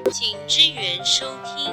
请支援收听。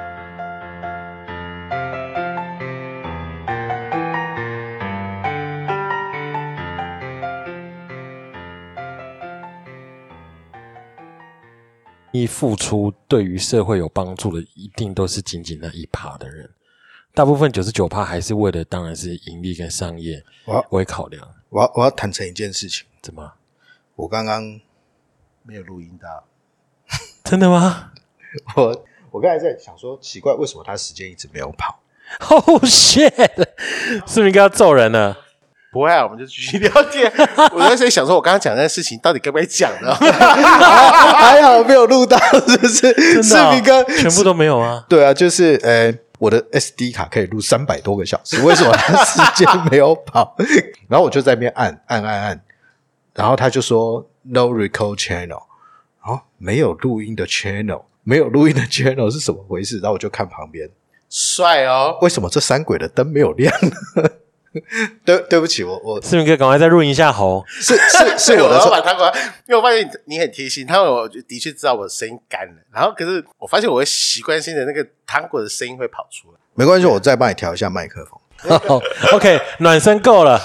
付出对于社会有帮助的，一定都是仅仅那1%的人，大部分99%还是为了当然是盈利跟商业为考量。 我要坦诚一件事情。 怎么？ 我刚刚没有录音到。 真的吗？ 我刚才在想说，奇怪，为什么他时间一直没有跑？ Oh shit！ 是不是应该要揍人了？ 不会啊，我们就继续聊天。我在想说，我刚刚讲那事情到底该不该讲呢？ 还好没有录到，是不是？视频哥全部都没有啊？ 对啊，就是我的 SD 卡可以录300多个小时，为什么他时间没有跑？然后我就在那边按，然后他就说 No record channel， 没有录音的 channel， 没有录音的 channel 是什么回事？然后我就看旁边， 帅哦， 为什么这3轨的灯没有亮呢？对不起，我视频哥赶快再录一下喉。 是我的错。 我要把它因为我发现你很贴心，我的确知道我的声音干了，然后可是我发现我会习惯性的那个糖果的声音会跑出来。 没关系，我再帮你调一下麦克风。 OK， 暖身够了。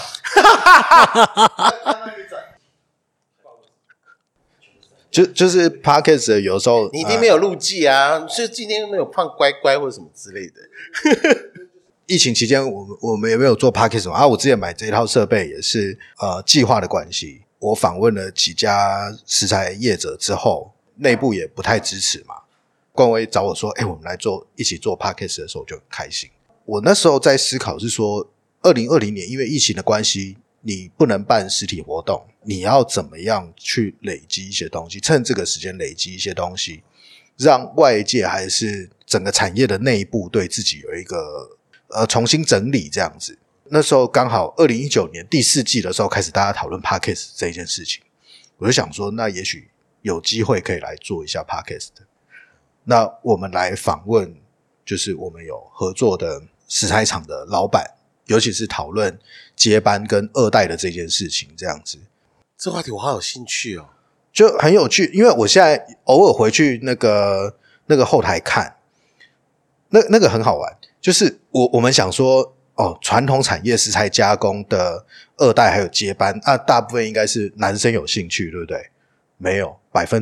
就是 Podcast 有时候你一定没有录记啊，所以今天没有放乖乖或者什么之类的。 疫情期间我们也没有做 Podcast 我之前买这一套设备也是计划的关系，我访问了几家食材业者之后，内部也不太支持嘛。冠威找我说我们来一起做 Podcast 的时候，我就很开心。我那时候在思考是说2020年因为疫情的关系，你不能办实体活动，你要怎么样去累积一些东西，趁这个时间累积一些东西，让外界还是整个产业的内部对自己有一个重新整理这样子。那时候刚好2019年第4季的时候开始大家讨论 Podcast 这件事情，我就想说那也许有机会可以来做一下 Podcast。 那我们来访问就是我们有合作的食材厂的老板，尤其是讨论接班跟2代的这件事情这样子。 这话题我好有兴趣哦， 就很有趣，因为我现在偶尔回去那个后台看，那个很好玩。就是我们想说传统产业食材加工的2代还有接班大部分应该是男生有兴趣，对不对？没有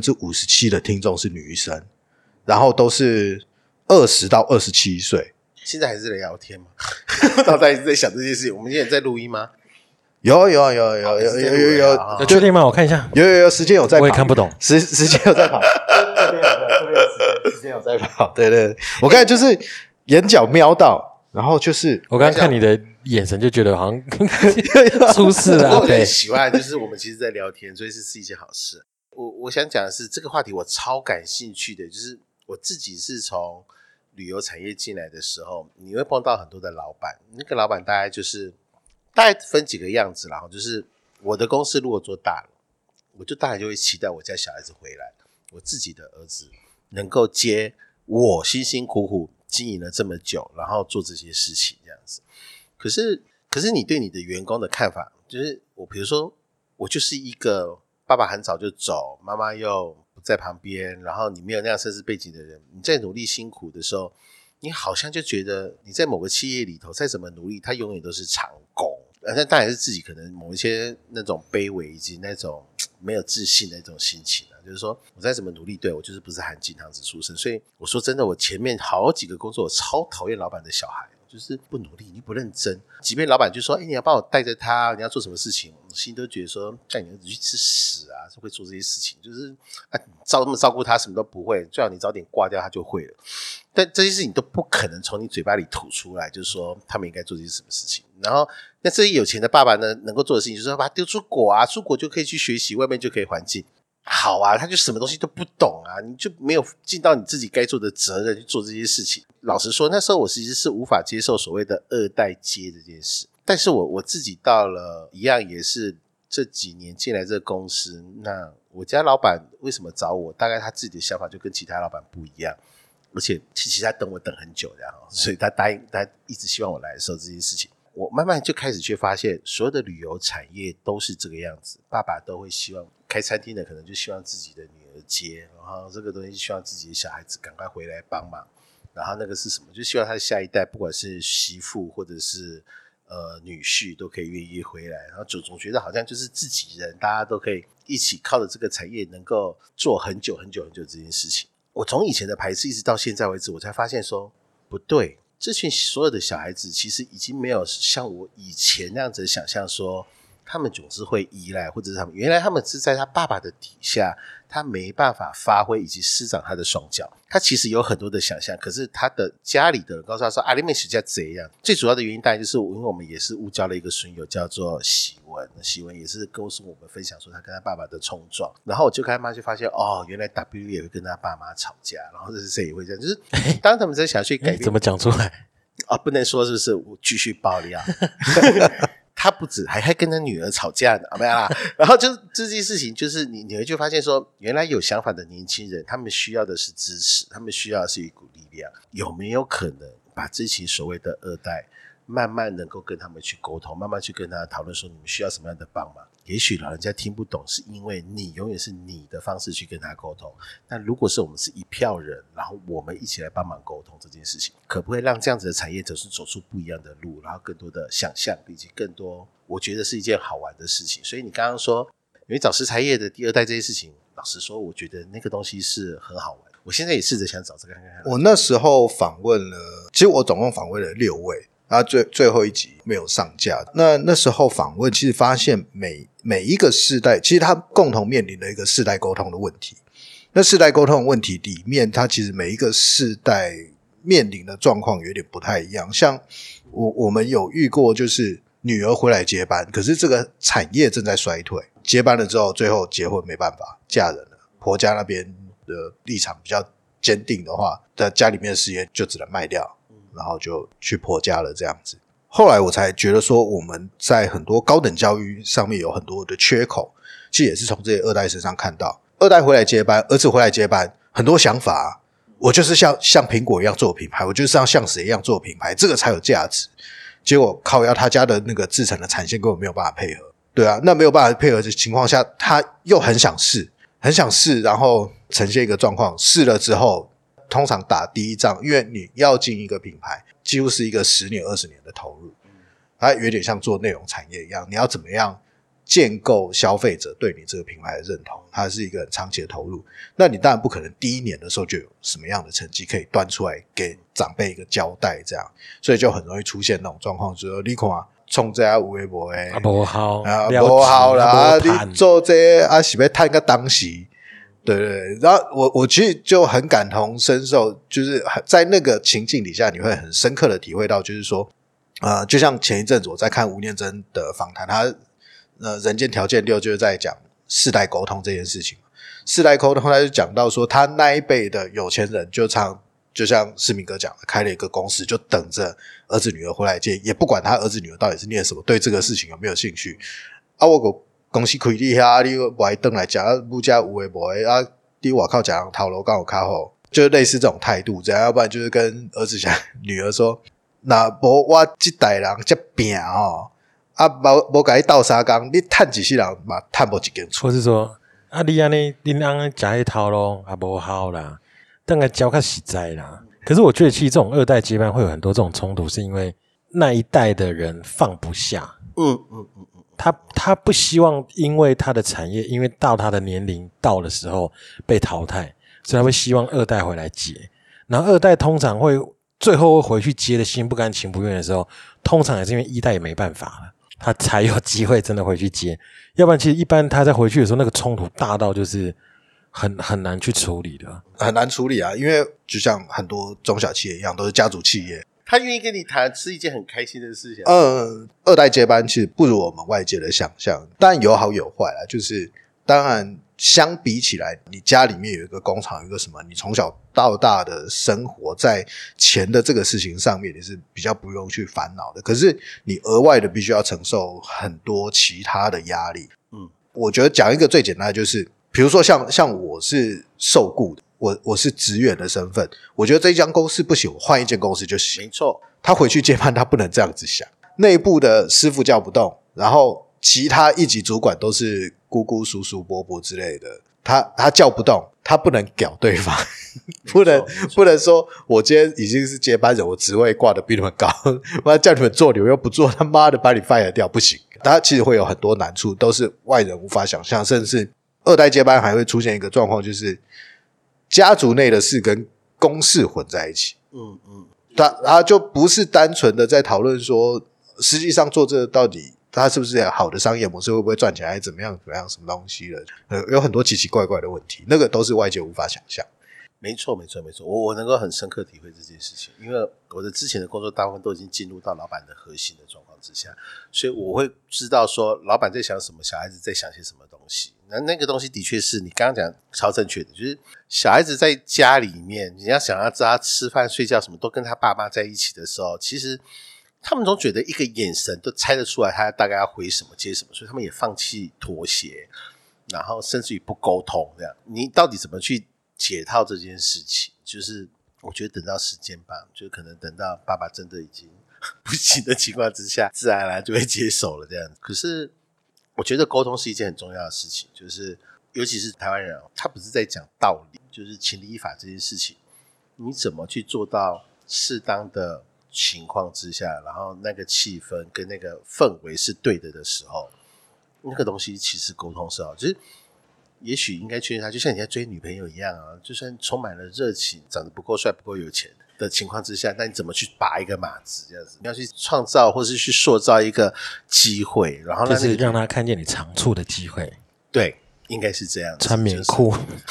，57%的听众是女生，然后都是20到27岁。 现在还是在聊天吗？到底在想这件事情？我们现在在录音吗？ 有， 确定吗？我看一下。 有，时间有在跑， 我也看不懂。 时间有在跑，这边有时间有在跑。对，我刚才就是眼角瞄到，然后就是我刚刚看你的眼神就觉得好像出事了。 我很喜欢，就是我们其实在聊天，所以是一件好事。我想讲的是这个话题我超感兴趣的，就是我自己是从旅游产业进来的时候，你会碰到很多的老板，那个老板大概分几个样子啦，就是我的公司如果做大了，我就当然就会期待我家小孩子回来，我自己的儿子能够接我辛辛苦苦经营了这么久，然后做这些事情这样子。可是你对你的员工的看法，就是比如说我就是一个爸爸很早就走，妈妈又不在旁边，然后你没有那样身世背景的人，你在努力辛苦的时候，你好像就觉得你在某个企业里头再怎么努力，它永远都是长工。但当然是自己可能某一些那种卑微以及那种没有自信的那种心情就是说我再怎么努力，对，我就是不是含金汤匙出身。所以我说真的，我前面好几个工作我超讨厌老板的小孩，就是不努力，你不认真，即便老板就说你要帮我带着他，你要做什么事情，我心都觉得说带你儿子去吃屎啊，会做这些事情，就是这么照顾他什么都不会，最好你早点挂掉他就会了。但这些事情都不可能从你嘴巴里吐出来，就是说他们应该做这些什么事情。然后那这些有钱的爸爸呢，能够做的事情就是把他丢出国啊，出国就可以去学习，外面就可以环境好啊，他就什么东西都不懂啊，你就没有尽到你自己该做的责任去做这些事情。老实说，那时候我其实是无法接受所谓的2代接这件事，但是我自己到了一样也是这几年进来这个公司，那我家老板为什么找我，大概他自己的想法就跟其他老板不一样，而且其实他等我等很久这样，所以他答应，他一直希望我来的时候这件事情，我慢慢就开始去发现所有的旅游产业都是这个样子，爸爸都会希望开餐厅的可能就希望自己的女儿儿接，然后这个东西希望自己的小孩子赶快回来帮忙，然后那个是什么？就希望他的下一代，不管是媳妇或者是女婿，都可以愿意回来，然后总觉得好像就是自己人，大家都可以一起靠着这个产业能够做很久很久很久这件事情。我从以前的排斥一直到现在为止，我才发现说不对，这群所有的小孩子其实已经没有像我以前那样子的想象说他们总是会依赖，或者是原来他们是在他爸爸的底下，他没办法发挥以及施展他的双脚。他其实有很多的想象，可是他的家里的人告诉他说你们是这样。最主要的原因当然就是因为我们也是误交了一个损友叫做喜文，喜文也是告诉我们分享说他跟他爸爸的冲撞，然后我就跟他妈就发现原来 W 也会跟他爸妈吵架，然后这是谁也会这样，就是当他们在想去改变怎么讲出来不能说是不是我继续爆料他不止还跟他女儿吵架呢，没有啦。然后就这件事情，就是你会就发现说，原来有想法的年轻人，他们需要的是支持，他们需要的是一股力量。有没有可能把这群所谓的二代，慢慢能够跟他们去沟通，慢慢去跟他讨论说，你们需要什么样的帮忙？也许老人家听不懂，是因为你永远是你的方式去跟他沟通。但如果是我们是一票人，然后我们一起来帮忙沟通这件事情，可不可以让这样子的产业走出不一样的路，然后更多的想象，以及更多我觉得是一件好玩的事情。所以你刚刚说因为找食材业的第二代这些事情，老实说我觉得那个东西是很好玩，我现在也试着想找这个看看。 我那时候访问了，其实我总共访问了6位，然后最后一集没有上架。那时候访问其实发现每一个世代其实他共同面临的一个世代沟通的问题。那世代沟通的问题里面，它其实每一个世代面临的状况有点不太一样。像我们有遇过就是女儿回来接班，可是这个产业正在衰退，接班了之后最后结婚没办法嫁人了，婆家那边的立场比较坚定的话，在家里面的事业就只能卖掉，然后就去婆家了这样子。后来我才觉得说我们在很多高等教育上面有很多的缺口，其实也是从这些二代身上看到。二代回来接班，儿子回来接班，很多想法我就是像苹果一样做品牌，我就是要像谁一样做品牌，这个才有价值。结果靠腰他家的那个制成的产线根本没有办法配合，对啊，那没有办法配合的情况下，他又很想试，然后呈现一个状况，试了之后通常打第一仗，因为你要进一个品牌几乎是一个10年20年的投入，它有点像做内容产业一样，你要怎么样建构消费者对你这个品牌的认同，它是一个很长期的投入。那你当然不可能第一年的时候就有什么样的成绩可以端出来给长辈一个交代，这样，所以就很容易出现那种状况，就是说你看创这有的没的不好不好啦，你做这是要赚个当时，对对对。然后我其实就很感同身受，就是在那个情境底下，你会很深刻的体会到，就是说就像前一阵子我在看吴念真的访谈，他人间条件6就是在讲世代沟通这件事情。世代沟通他就讲到说，他那一辈的有钱人就像世明哥讲的，开了一个公司，就等着儿子女儿回来接，也不管他儿子女儿到底是念什么，对这个事情有没有兴趣。我公司开你遐，你不爱回来吃，母家有的没的你外口吃人头路刚好较好，就类似这种态度这样。要不然就是跟儿子女儿说，那无我这代人这拼没给你斗3工，你赚一世人嘛赚不一间厝。 或是说你这样你翁吃那头路也不好啦，等下教较实在啦。可是我觉得其实这种二代接班会有很多这种冲突，是因为那一代的人放不下。他不希望因为他的产业，因为到他的年龄到的时候被淘汰，所以他会希望二代回来接。然后二代通常会最后会回去接的心不甘情不愿的时候，通常也是因为一代也没办法了，他才有机会真的回去接。要不然其实一般他在回去的时候，那个冲突大到就是很难去处理的， 很难处理啊。因为就像很多中小企业一样，都是家族企业， 他愿意跟你谈是一件很开心的事情。 二代接班其实不如我们外界的想象，当然有好有坏啦。就是当然相比起来，你家里面有一个工厂，有一个什么，你从小到大的生活在钱的这个事情上面，你是比较不用去烦恼的。可是你额外的必须要承受很多其他的压力。我觉得讲一个最简单的就是，比如说像我是受雇的，我是职员的身份，我觉得这一家公司不行，我换一间公司就行。 没错， 他回去接班，他不能这样子想。内部的师傅叫不动，然后其他一级主管都是姑姑、叔叔、伯伯之类的， 他叫不动，他不能屌对方，不能说我今天已经是接班人，我职位挂得比你们高，我要叫你们做你们又不做，他妈的把你 fire 掉不行。他其实会有很多难处，都是外人无法想象，甚至是二代接班还会出现一个状况，就是家族内的事跟公事混在一起。他就不是单纯的在讨论说实际上做这个到底它是不是好的商业模式，会不会赚钱，还是怎么样什么东西的，有很多奇奇怪怪的问题，那个都是外界无法想象。 没错，我能够很深刻体会这件事情，因为我的之前的工作大部分都已经进入到老板的核心的状况之下，所以我会知道说老板在想什么，小孩子在想些什么东西。那个东西的确是你刚刚讲超正确的，就是小孩子在家里面，你要想要知道他吃饭睡觉什么都跟他爸妈在一起的时候，其实他们总觉得一个眼神都猜得出来他大概要回什么接什么，所以他们也放弃妥协，然后甚至于不沟通这样。你到底怎么去解套这件事情，就是我觉得等到时间吧，就可能等到爸爸真的已经不行的情况之下，自然而然就会接手了这样子。可是我觉得沟通是一件很重要的事情，就是尤其是台湾人他不是在讲道理，就是情理法这件事情，你怎么去做到适当的情况之下，然后那个气氛跟那个氛围是对的时候，那个东西其实沟通是好，就是也许应该确认他，就像你在追女朋友一样啊，就算充满了热情，长得不够帅不够有钱的情况之下，那你怎么去拔一个马子这样子？你要去创造或是去塑造一个机会，然后就是让他看见你长处的机会。 对，应该是这样子。 穿棉裤，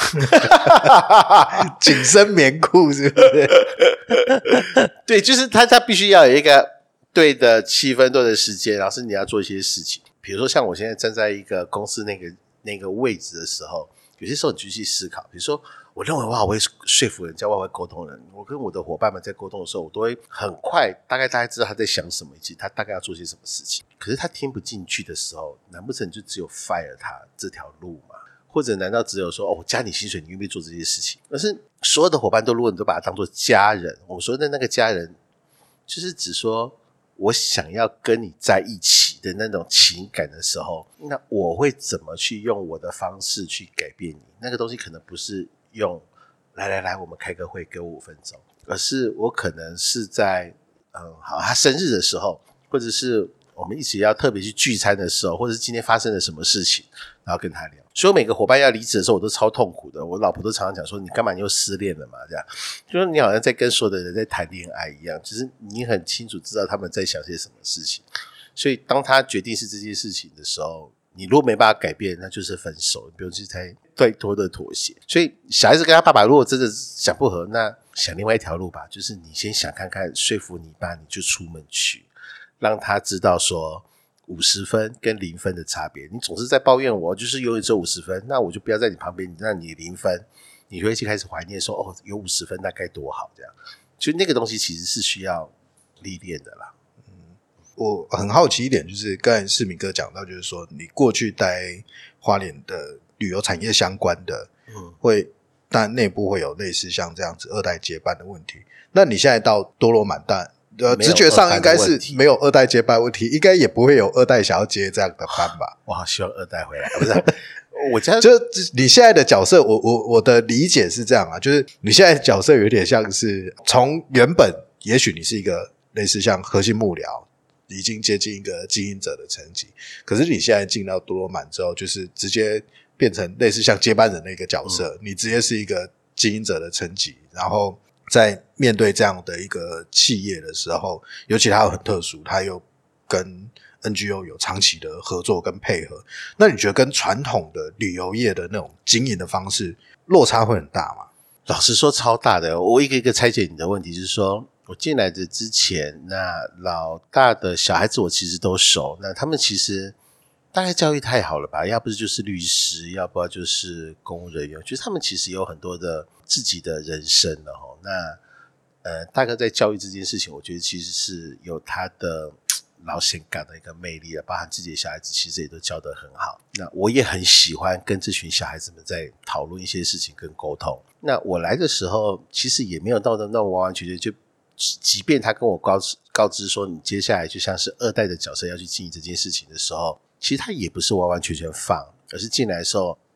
紧身棉裤是不是？ 对，就是他必须要有一个对的气氛、对的时间，然后是你要做一些事情。比如说像我现在站在一个公司那个位置的时候，有些时候你就去思考，比如说我认为我好会说服人家，我好会沟通人，我跟我的伙伴们在沟通的时候，我都会很快大概知道他在想什么，以及他大概要做些什么事情。可是他听不进去的时候，难不成就只有 fire 他这条路吗？或者难道只有说我加你薪水你愿不愿意做这些事情？而是所有的伙伴都，如果你都把他当作家人，我说的那个家人就是指说我想要跟你在一起的那种情感的时候，那我会怎么去用我的方式去改变你？那个东西可能不是用来我们开个会给我5分钟，而是我可能是在好他生日的时候，或者是我们一起要特别去聚餐的时候，或者是今天发生了什么事情，然后跟他聊。所以每个伙伴要离职的时候我都超痛苦的，我老婆都常常讲说你干嘛你又失恋了嘛，这样就说你好像在跟所有的人在谈恋爱一样，就是你很清楚知道他们在想些什么事情，所以当他决定是这件事情的时候，你如果没办法改变，那就是分手，不用去太多的妥协。所以小孩子跟他爸爸如果真的想不合，那想另外一条路吧，就是你先想看看说服你爸，你就出门去，让他知道说50分跟0分的差别。你总是在抱怨我就是永远只有50分，那我就不要在你旁边，那你0分，你会去开始怀念说有50分那该多好，这样就那个东西其实是需要历练的啦。 我很好奇一点，就是刚才世明哥讲到，就是说你过去待花莲的旅游产业相关的，会但内部会有类似像这样子2代接班的问题。那你现在到多罗满大，直觉上应该是没有2代接班问题，应该也不会有2代想要接这样的班吧？ 我好希望2代回来，不是我家就你现在的角色，我的理解是这样啊，就是你现在的角色有点像是从原本也许你是一个类似像核心幕僚，已经接近一个经营者的层级，可是你现在进到多罗满之后，就是直接变成类似像接班人的一个角色，你直接是一个经营者的层级，然后在面对这样的一个企业的时候，尤其它又很特殊，它又跟 NGO 有长期的合作跟配合，那你觉得跟传统的旅游业的那种经营的方式落差会很大吗？ 老实说超大的。我一个一个拆解你的问题，就是说我进来的之前，那老大的小孩子我其实都熟，那他们其实大概教育太好了吧，要不就是律师，要不就是公务人员，就是他们其实有很多的自己的人生了齁。那大概在教育这件事情，我觉得其实是有他的老显感的一个魅力，包含自己的小孩子其实也都教得很好。那我也很喜欢跟这群小孩子们在讨论一些事情跟沟通。那我来的时候其实也没有到的那完完全全，就即便他跟我告知说你接下来就像是2代的角色要去经营这件事情的时候，其实他也不是完完全全放，而是进来的时候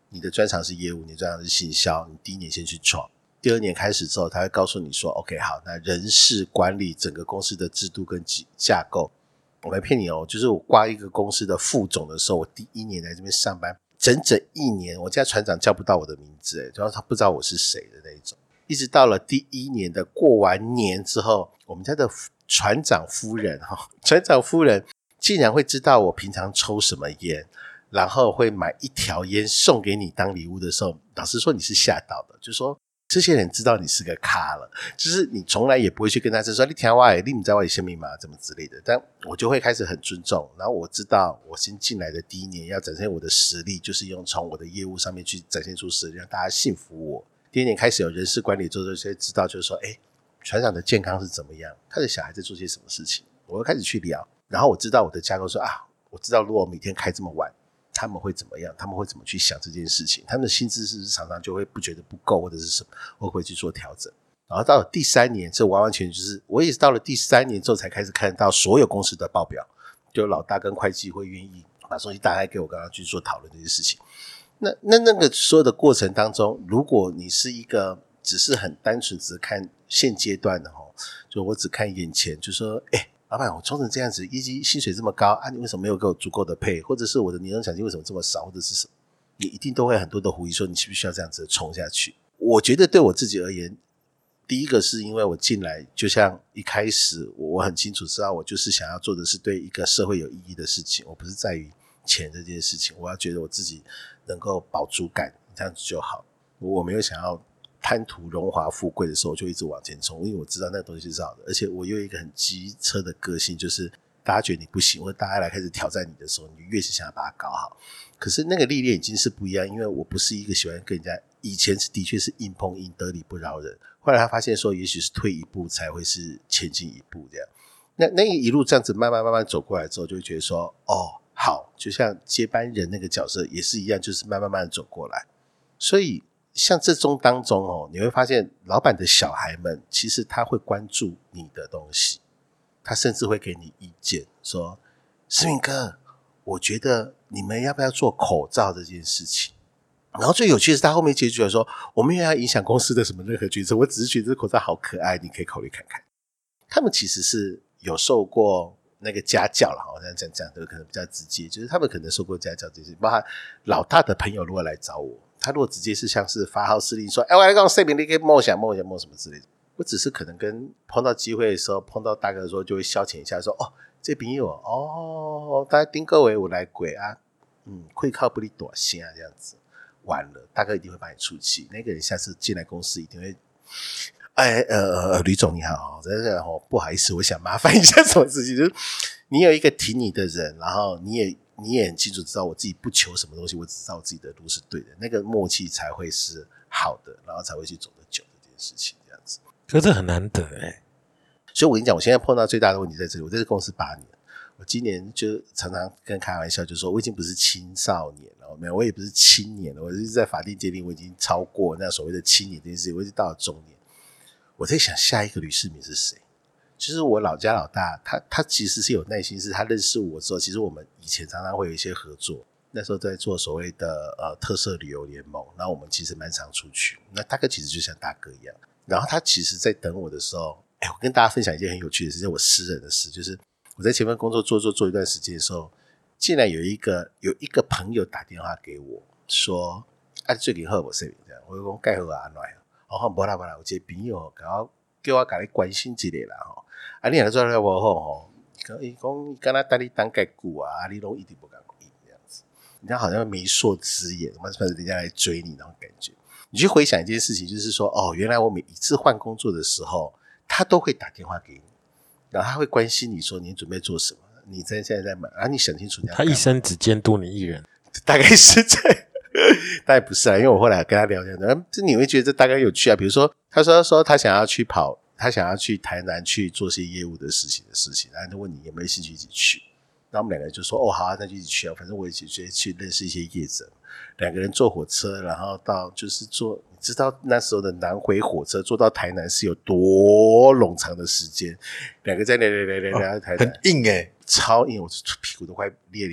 你的专长是业务，你的专长是行销，你第一年先去闯，第二年开始之后他会告诉你说 OK 好，那人事管理整个公司的制度跟架构，我没骗你哦，就是我挂一个公司的副总的时候，我第一年来这边上班整整1年，我家船长叫不到我的名字，然后他不知道我是谁的那一种。一直到了第1年的过完年之后，我们家的船长夫人竟然会知道我平常抽什么烟，然后会买1条烟送给你当礼物的时候，老实说你是吓到的，就是说这些人知道你是个咖了，就是你从来也不会去跟他说你听我的，你不知道我的什么嘛，怎么之类的，但我就会开始很尊重，然后我知道我新进来的第1年要展现我的实力，就是用从我的业务上面去展现出实力，让大家信服我。第2年开始有人事管理之后，就会知道就是说船长的健康是怎么样，他的小孩在做些什么事情，我会开始去聊，然后我知道我的架构说我知道如果每天开这么晚他们会怎么样，他们会怎么去想这件事情，他们的薪资是不是常常就会不觉得不够或者是什么，我会去做调整。然后到了第3年，这完完全就是我也是到了第3年之后才开始看到所有公司的报表，就老大跟会计会愿意把东西打开给我，刚刚去做讨论这些事情。那个所有的过程当中，如果你是一个只是很单纯只看现阶段的就我只看眼前，就说老板我冲成这样子，业绩薪水这么高你为什么没有给我足够的配，或者是我的年终奖金为什么这么少，或者是什么，你一定都会很多的狐疑说你需不需要这样子冲下去。我觉得对我自己而言，第一个是因为我进来就像一开始我很清楚知道我就是想要做的是对一个社会有意义的事情，我不是在于钱这件事情，我要觉得我自己能够饱足感，这样子就好。我没有想要贪图荣华富贵的时候，我就一直往前冲，因为我知道那个东西是好的，而且我有一个很机车的个性，就是大家觉得你不行，或者大家来开始挑战你的时候，你越是想要把它搞好。可是那个历练已经是不一样，因为我不是一个喜欢跟人家，以前是的确是硬碰硬，得理不饶人，后来他发现说也许是退一步才会是前进一步这样。那一路这样子慢慢走过来之后，就会觉得说好，就像接班人那个角色也是一样，就是慢慢走过来。所以像这中当中你会发现老板的小孩们其实他会关注你的东西，他甚至会给你意见说思明哥，我觉得你们要不要做口罩这件事情。然后最有趣的是他后面结局说我们也要影响公司的什么任何决策，我只是觉得这口罩好可爱，你可以考虑看看。他们其实是有受过那个家教啦，这样可能比较直接，就是他们可能受过家教这些，包括老大的朋友如果来找我，他如果直接是像是发号施令说我来告诉谁你可以梦想什么之类的，我只是可能跟碰到机会的时候，碰到大哥的时候就会消遣一下说这朋友大家顶各位我来鬼会靠不离大声这样子，完了大哥一定会把你出气，那个人下次进来公司一定会吕总你好，真的不好意思，我想麻烦一下什么事情，就是你有一个挺你的人，然后你也很清楚知道我自己不求什么东西，我只知道我自己的路是对的，那个默契才会是好的，然后才会去走得久这件事情这样子。 可是这很难得所以我跟你讲，我现在碰到最大的问题在这里，我在这公司8年，我今年就常常跟开玩笑就说我已经不是青少年了，没有，我也不是青年了，我就是在法定界定我已经超过那所谓的青年这件事情，我已经到了中年。我在想下一个吕世民是谁，就是我老家老大，他其实是有耐心，是他认识我之后，其实我们以前常常会有一些合作，那时候在做所谓的特色旅游联盟，然后我们其实蛮常出去，那大哥其实就像大哥一样，然后他其实在等我的时候我跟大家分享一件很有趣的事情，我私人的事，就是我在前面工作做一段时间的时候，竟然有一个朋友打电话给我说最近好无生病这样，我就说介好安怎没啦，有一个朋友叫我给你关心一下啦你若做得不好他说他刚才带你当解雇你都一定不敢应这样子，人家好像媒妁之言，人家来追你那种感觉。你去回想一件事情，就是说原来我每一次换工作的时候他都会打电话给你，然后他会关心你说你准备做什么，你现在在忙你想清楚他一生只监督你一人， 大概是这样大概不是因为我后来跟他聊天这你会觉得这大概有趣比如说他说他想要去台南去做些业务的事情然后就问你有没有兴趣一起去，然后我们两个人就说好那就一起去反正我一起去认识一些业者，两个人坐火车，然后到就是坐，你知道那时候的南回火车坐到台南是有多冗长的时间，两个在聊台南很硬超硬， 我屁股都快裂了一半。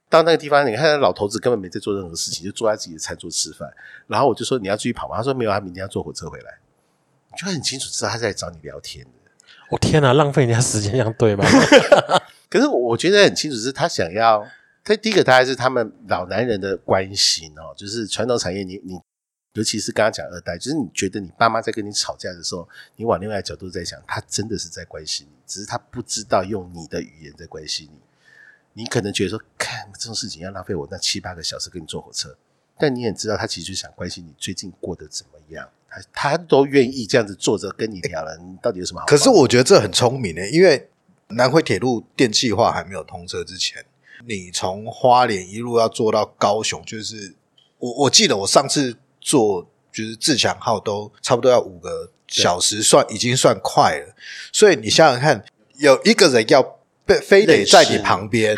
到那个地方，你看老头子根本没在做任何事情，就坐在自己的餐桌吃饭。然后我就说你要继续跑吗？他说没有，他明天要坐火车回来。你就很清楚知道他在找你聊天的。 我天哪，浪费人家时间这样对吗？ 可是我觉得很清楚是他想要，他第一个大概是他们老男人的关心哦，就是传统产业你尤其是刚刚讲二代，就是你觉得你爸妈在跟你吵架的时候，你往另外一个角度在想，他真的是在关心你，只是他不知道用你的语言在关心你。你可能觉得说，看这种事情要浪费我那7-8个小时跟你坐火车，但你也知道他其实就想关心你最近过得怎么样，他都愿意这样子坐着跟你聊了，你到底有什么好？ 可是我觉得这很聪明因为南回铁路电气化还没有通车之前，你从花莲一路要坐到高雄，就是我记得我上次坐就是自强号都差不多要5个小时已经算快了。所以你想想看，有一个人要非得在你旁边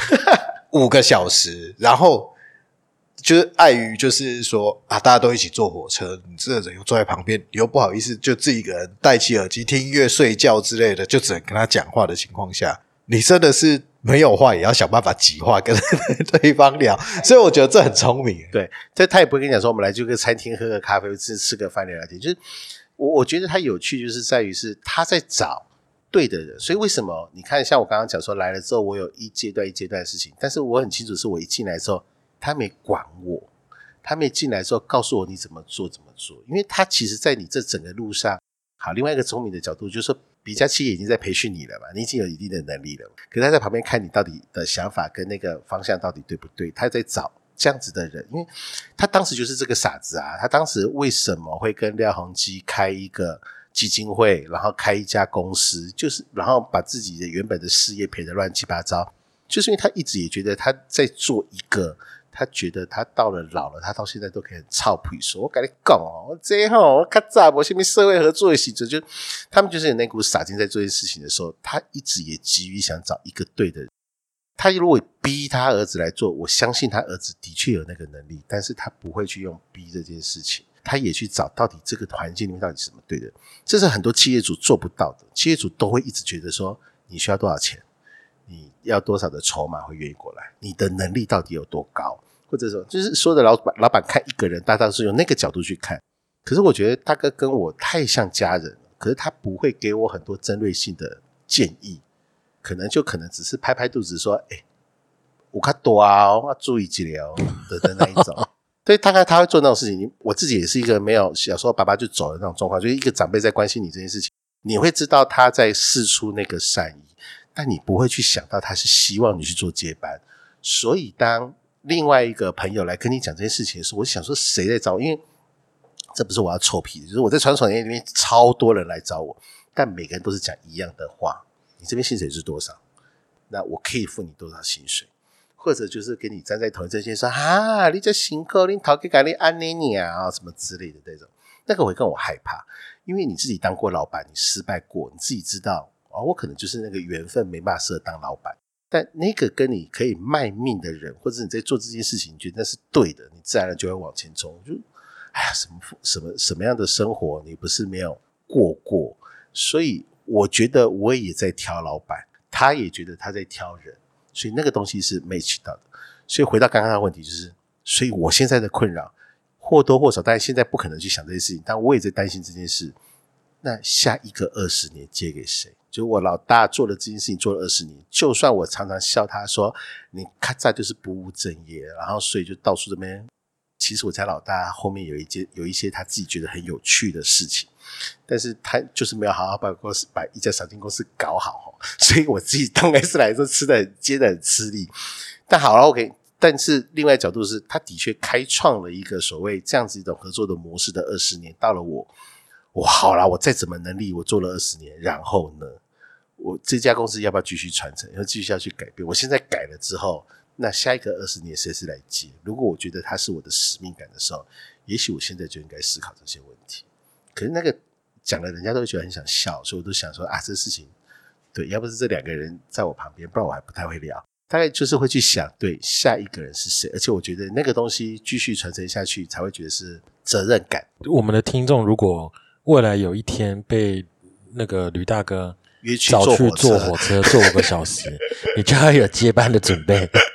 5个小时，然后就是碍于就是说啊，大家都一起坐火车，你这个人又坐在旁边，你又不好意思就自己一个人戴起耳机听音乐睡觉之类的，就只能跟他讲话的情况下，你真的是没有话也要想办法挤话跟对方聊，所以我觉得这很聪明。 对，这他也不会跟你讲说我们来这个餐厅喝个咖啡吃个饭聊聊天，就是我觉得他有趣就是在于是他在找对的人。所以为什么你看像我刚刚讲说来了之后我有一阶段的事情，但是我很清楚是我一进来之后他没管我，他没进来之后告诉我你怎么做，因为他其实在你这整个路上，好，另外一个聪明的角度就是说比较企业已经在培训你了嘛，你已经有一定的能力了，可是他在旁边看你到底的想法跟那个方向到底对不对，他在找这样子的人。因为他当时就是这个傻子啊，他当时为什么会跟廖鸿基开一个基金会，然后开一家公司，就是然后把自己的原本的事业赔得乱七八糟，就是因为他一直也觉得他在做一个他觉得他到了老了，他到现在都可以很臭屁说，我跟你讲我这我较早没什么社会合作的时候，就他们就是有那股傻劲在做这件事情的时候，他一直也急于想找一个对的人。他如果逼他儿子来做，我相信他儿子的确有那个能力，但是他不会去用逼这件事情，他也去找到底这个环境里面到底是什么对的人。这是很多企业主做不到的，企业主都会一直觉得说你需要多少钱，你要多少的筹码会愿意过来，你的能力到底有多高，或者说就是所有的老板看一个人大多是用那个角度去看。可是我觉得大哥跟我太像家人了，可是他不会给我很多针对性的建议，可能只是拍拍肚子说我较大我注意一下的那一种所以大概他会做那种事情。我自己也是一个没有小时候爸爸就走的那种状况，就是一个长辈在关心你这件事情，你会知道他在释出那个善意，但你不会去想到他是希望你去做接班。所以当另外一个朋友来跟你讲这件事情的时候，我想说谁在找我，因为这不是我要臭屁的，就是我在传统产业里面超多人来找我，但每个人都是讲一样的话，你这边薪水是多少，那我可以付你多少薪水，或者就是跟你站在同一阵线说你这辛苦你讨给给你安你啊什么之类的这种，那个会跟我害怕，因为你自己当过老板，你失败过，你自己知道我可能就是那个缘分没办法适合当老板，但那个跟你可以卖命的人，或者你在做这件事情你觉得那是对的，你自然就会往前冲。就什么样的生活你不是没有过，所以我觉得我也在挑老板，他也觉得他在挑人，所以那个东西是 match 到的。所以回到刚刚的问题，就是所以我现在的困扰或多或少，但是现在不可能去想这件事情，但我也在担心这件事，那下一个20年接给谁？就我老大做了这件事情做了20年，就算我常常笑他说你咔嚓就是不务正业，然后所以就到处这边，其实我家老大后面有一些他自己觉得很有趣的事情，但是他就是没有好好把一家赏金公司搞好，所以我自己刚开始来说接得很吃力。但好了 OK， 但是另外角度是他的确开创了一个所谓这样子一种合作的模式的20年，到了我好啦，我再怎么能力我做了20年，然后呢我这家公司要不要继续传承，要继续要去改变，我现在改了之后，那下一个20年谁是来接？如果我觉得他是我的使命感的时候，也许我现在就应该思考这些问题。可是那个讲了人家都会觉得很想笑，所以我都想说这事情对，要不是这2个人在我旁边，不然我还不太会聊。大概就是会去想对下一个人是谁，而且我觉得那个东西继续传承下去才会觉得是责任感。 我们的听众如果未来有一天被那个吕大哥找去坐火车坐5个小时你就要有接班的准备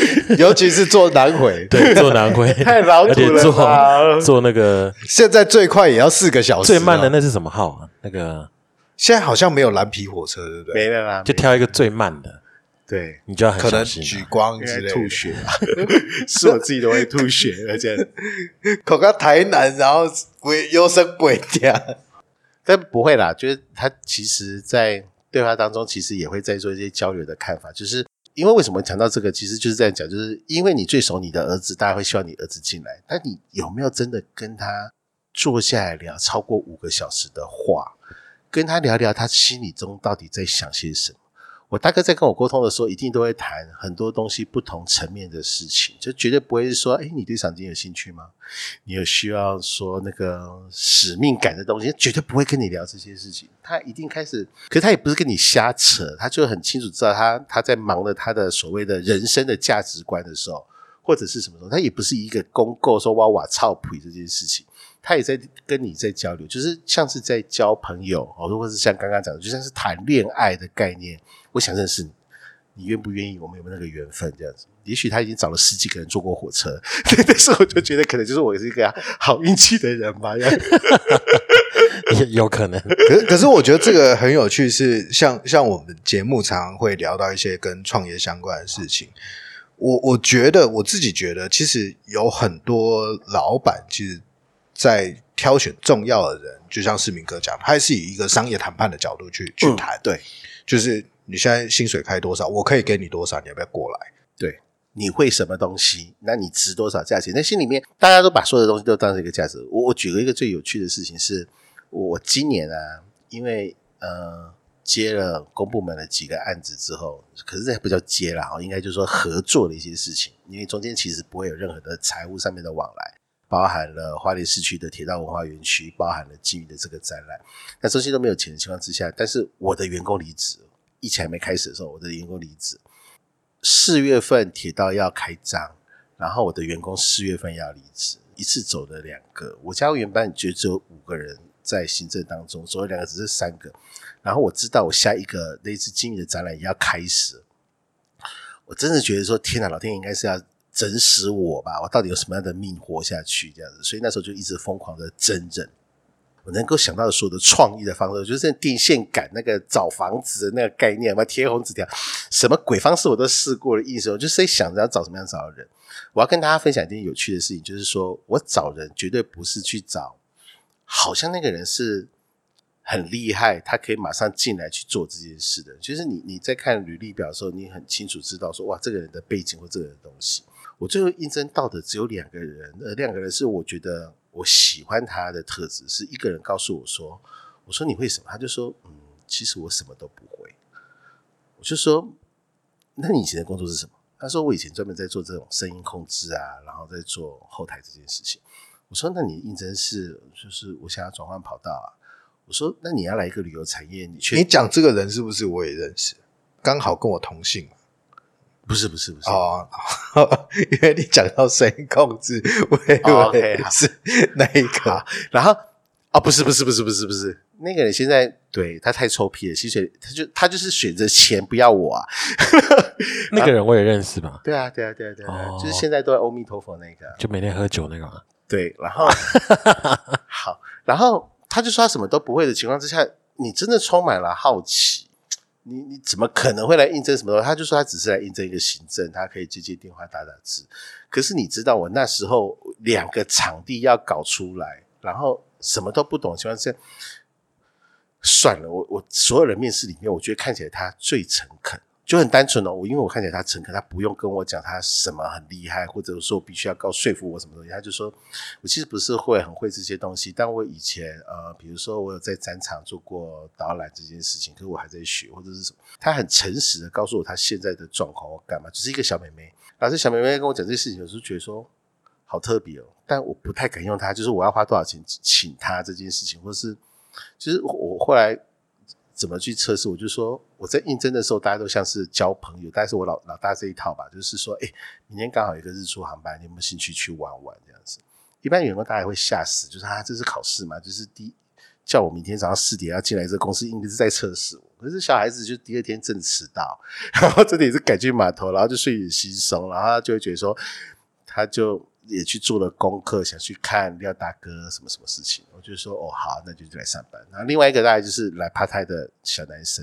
尤其是做南回， 对，坐南回太老土了而且吧坐那个现在最快也要4个小时， 最慢的那是什么号啊？那个现在好像没有蓝皮火车，对不对？ 没了啦， 就挑一个最慢的， 对， 你就要很可能小心举光应该之类的， 吐血吧，是我自己都会吐血，而且口到台南，然后优生鬼掉。 但不会啦，就是他其实在对话当中其实也会在做一些交流的看法，就是因为为什么讲到这个，其实就是在讲，就是因为你最熟你的儿子，大家会希望你儿子进来，但你有没有真的跟他坐下来聊超过5个小时的话，跟他聊聊他心里中到底在想些什么？我大哥在跟我沟通的时候，一定都会谈很多东西不同层面的事情，就绝对不会是说，你对赏金有兴趣吗？你有需要说那个使命感的东西，绝对不会跟你聊这些事情。他一定开始，可是他也不是跟你瞎扯，他就很清楚知道他在忙了他的所谓的人生的价值观的时候，或者是什么时候，他也不是一个公告说哇操屁这件事情。他也在跟你在交流，就是像是在交朋友，或者是像刚刚讲的，就像是谈恋爱的概念。我想认识你，你愿不愿意？我们有没有那个缘分？这样子，也许他已经找了10几个人坐过火车，但是我就觉得可能就是我是一个好运气的人吧。 有可能。 可是我觉得这个很有趣是，像我们节目常常会聊到一些跟创业相关的事情。我觉得我自己觉得，其实有很多老板其实在挑选重要的人，就像世明哥讲，他还是以一个商业谈判的角度去谈。 对， 就是你现在薪水开多少，我可以给你多少，你要不要过来？ 对，你会什么东西，那你值多少价钱？那心里面大家都把所有的东西都当成一个价值。我举了一个最有趣的事情是，我今年啊，因为接了公部门的几个案子之后，可是这不叫接啦，应该就是说合作的一些事情，因为中间其实不会有任何的财务上面的往来，包含了花莲市区的铁道文化园区，包含了基于的这个展览，那中间都没有钱的情况之下，但是我的员工离职，疫情还没开始的时候，我的员工离职，4月份铁道要开张，然后我的员工4月份要离职，一次走了2个，我家原班就只有5个人在行政当中，走了2个只是3个，然后我知道我下一个类似经营的展览也要开始，我真的觉得说天哪，老天爷应该是要整死我吧，我到底有什么样的命活下去这样子，所以那时候就一直疯狂的真人，我能够想到的所有的创意的方式，就是电线杆那个找房子的那个概念，贴红纸条，什么鬼方式我都试过了，意思我就是在想着要找什么样找的人。我要跟大家分享一件有趣的事情，就是说我找人绝对不是去找好像那个人是很厉害，他可以马上进来去做这件事的。就是你在看履历表的时候，你很清楚知道说哇，这个人的背景或这个人的东西。我最后应征到的只有2个人，2个人是我觉得我喜欢他的特质，是一个人告诉我说，我说你会什么？他就说其实我什么都不会。我就说那你以前的工作是什么？他说我以前专门在做这种声音控制啊，然后在做后台这件事情。我说那你应征是就是我想要转换跑道啊。我说那你要来一个旅游产业，你讲这个人是不是我也认识？刚好跟我同姓。 不是哦，因为你讲到声音控制，我以为是那一个。 然后不是，那个人现在对他太臭屁了，薪水他就是选择钱不要我啊。 那个人我也认识吧？ 对啊，就是现在都在阿弥陀佛那个， 就每天喝酒那个嘛。 对，然后好，然后他就说他什么都不会的情况之下，你真的充满了好奇。你怎么可能会来应征什么东西？他就说他只是来应征一个行政，他可以接电话打字。可是你知道我那时候2个场地要搞出来，然后什么都不懂的情况之下，算了，我所有人面试里面，我觉得看起来他最诚恳，就很单纯因为我看起来他诚恳，他不用跟我讲他什么很厉害，或者说必须要说服我什么东西，他就说我其实不是很会这些东西，但我以前比如说我有在展场做过导览这件事情，可是我还在学或者是什么，他很诚实的告诉我他现在的状况，我干嘛，就是一个小妹妹，然后这小妹妹跟我讲这些事情，有时候觉得说好特别但我不太敢用它，就是我要花多少钱请他这件事情，或是就是我后来怎么去测试，我就说我在应征的时候大家都像是交朋友，大概是我老大这一套吧，就是说明天刚好有一个日出航班，你有没有兴趣去玩玩这样子。一般员工大家会吓死，就是这是考试嘛，就是叫我明天早上4点要进来这个公司，应该是在测试我。可是小孩子就第二天真的迟到，然后真的也是赶去码头，然后就睡眼惺忪，然后他就会觉得说，他就也去做了功课，想去看廖大哥什么什么事情。我就说哦好，那就来上班。然后另外一个大概就是来part time的小男生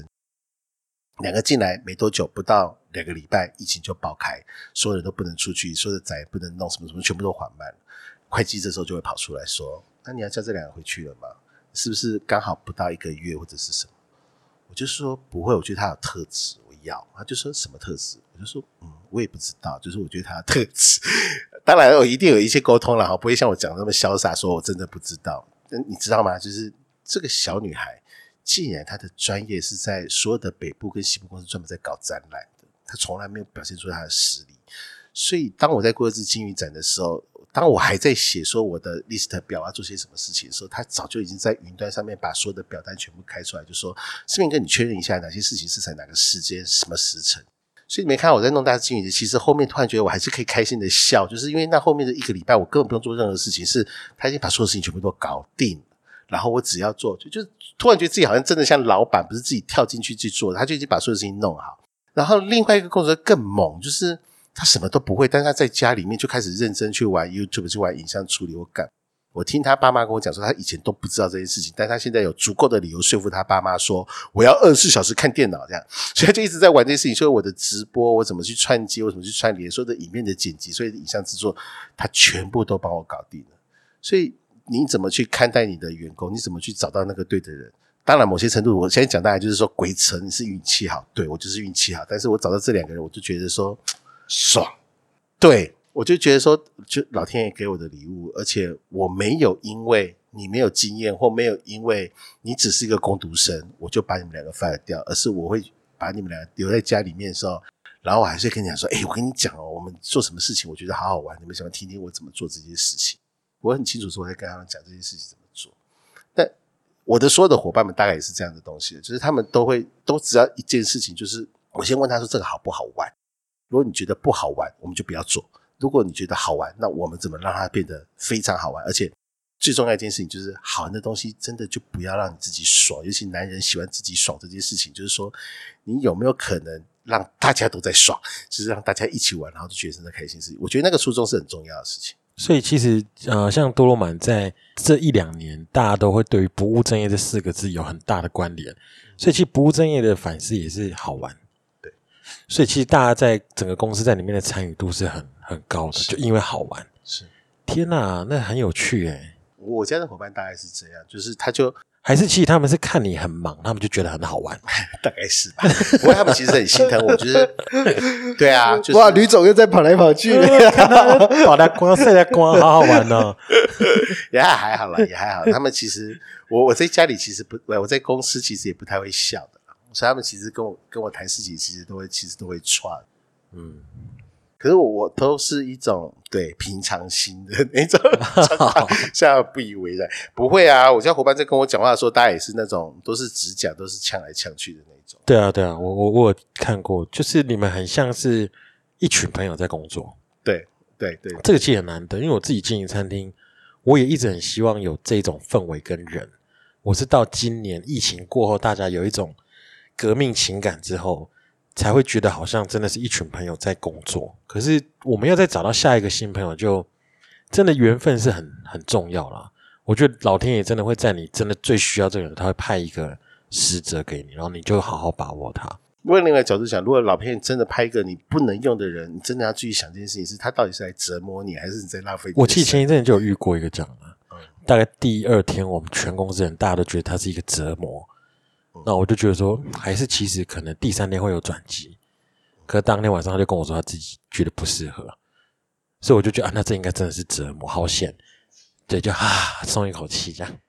，2个进来没多久，不到2个礼拜，疫情就爆开，所有人都不能出去，所有的宅不能弄什么什么，全部都缓慢了。会计这时候就会跑出来说，那你要叫这2个回去了吗？是不是刚好不到1个月或者是什么？我就说不会，我觉得他有特质，我要。他就说什么特质？我就说我也不知道，就是我觉得他的特质。当然我一定有一些沟通啦，不会像我讲的那么潇洒，说我真的不知道。你知道吗？就是这个小女孩，既然她的专业是在所有的北部跟西部公司专门在搞展览的，她从来没有表现出她的实力。所以当我在过这次金鱼展的时候，当我还在写说我的 list 表要做些什么事情的时候，他早就已经在云端上面把所有的表单全部开出来，就说世明哥你确认一下哪些事情是在哪个时间什么时辰。所以你没看到我在弄大金鱼，其实后面突然觉得我还是可以开心的笑，就是因为那后面的1个礼拜我根本不用做任何事情，是他已经把所有事情全部都搞定了，然后我只要做，就突然觉得自己好像真的像老板，不是自己跳进去去做，他就已经把所有事情弄好。然后另外一个工作更猛，就是他什么都不会，但是他在家里面就开始认真去玩 YouTube， 去玩影像处理。我听他爸妈跟我讲说，他以前都不知道这件事情，但他现在有足够的理由说服他爸妈说，我要24小时看电脑这样，所以他就一直在玩这件事情。所以我的直播，我怎么去串接，我怎么去串联，所有的影片的剪辑，所有的影像制作，他全部都帮我搞定了。所以你怎么去看待你的员工？你怎么去找到那个对的人？当然某些程度我现在讲大概就是说鬼扯，你是运气好，对，我就是运气好，但是我找到这2个人，我就觉得说爽，对，我就觉得说就老天爷给我的礼物，而且我没有因为你没有经验，或没有因为你只是一个工读生我就把你们2个 fire 掉，而是我会把你们2个留在家里面的时候，然后我还是会跟你讲说我跟你讲我们做什么事情我觉得好好玩，你们想要听听我怎么做这些事情。我很清楚说我在跟他们讲这些事情怎么做，但我的所有的伙伴们大概也是这样的东西，就是他们都只要一件事情，就是我先问他说这个好不好玩，如果你觉得不好玩我们就不要做，如果你觉得好玩，那我们怎么让它变得非常好玩。而且最重要一件事情就是好玩的东西真的就不要让你自己爽，尤其男人喜欢自己爽这件事情，就是说你有没有可能让大家都在爽，就是让大家一起玩，然后就觉得真的开心事情。我觉得那个初衷是很重要的事情。 所以其实像多罗满在这1-2年大家都会对于不务正业这4个字有很大的关联，所以其实不务正业的反思也是好玩。 对， 所以其实大家在整个公司在里面的参与度是很高的，就因为好玩。 是，天哪，那很有趣耶。 我家的伙伴大概是这样，就是他就还是其实他们是看你很忙，他们就觉得很好玩， 大概是吧。不过他们其实很心疼我，就是对啊，就是哇，吕总又在跑来跑去了， 看他跑来光晒来光，好好玩哦。 也还好啦，也还好。他们其实我在家里其实不，我在公司其实也不太会笑的啦，所以他们其实跟我谈事情，其实都会串。可是我都是一种对平常心的那种像不以为然。不会啊，我家伙伴在跟我讲话的时候，大家也是那种都是直讲，都是呛来呛去的那种。 对啊，我有看过，就是你们很像是一群朋友在工作。 对， 这个其实很难得，因为我自己经营餐厅，我也一直很希望有这种氛围跟人。我是到今年疫情过后，大家有一种革命情感之后，才会觉得好像真的是一群朋友在工作。可是我们要再找到下一个新朋友，就真的缘分是很重要啦。我觉得老天爷真的会在你真的最需要这个人，他会派一个使者给你，然后你就好好把握他。 如果另外角度讲，如果老天爷真的派一个你不能用的人，你真的要继续想这件事情，是他到底是来折磨你，还是你在浪费你的？ 我其实前一阵就有遇过一个这样的，大概第2天我们全公司人大家都觉得他是一个折磨，那我就觉得说还是其实可能第3天会有转机，可是当天晚上他就跟我说他自己觉得不适合，所以我就觉得那这应该真的是折磨，好险，对，就松一口气这样。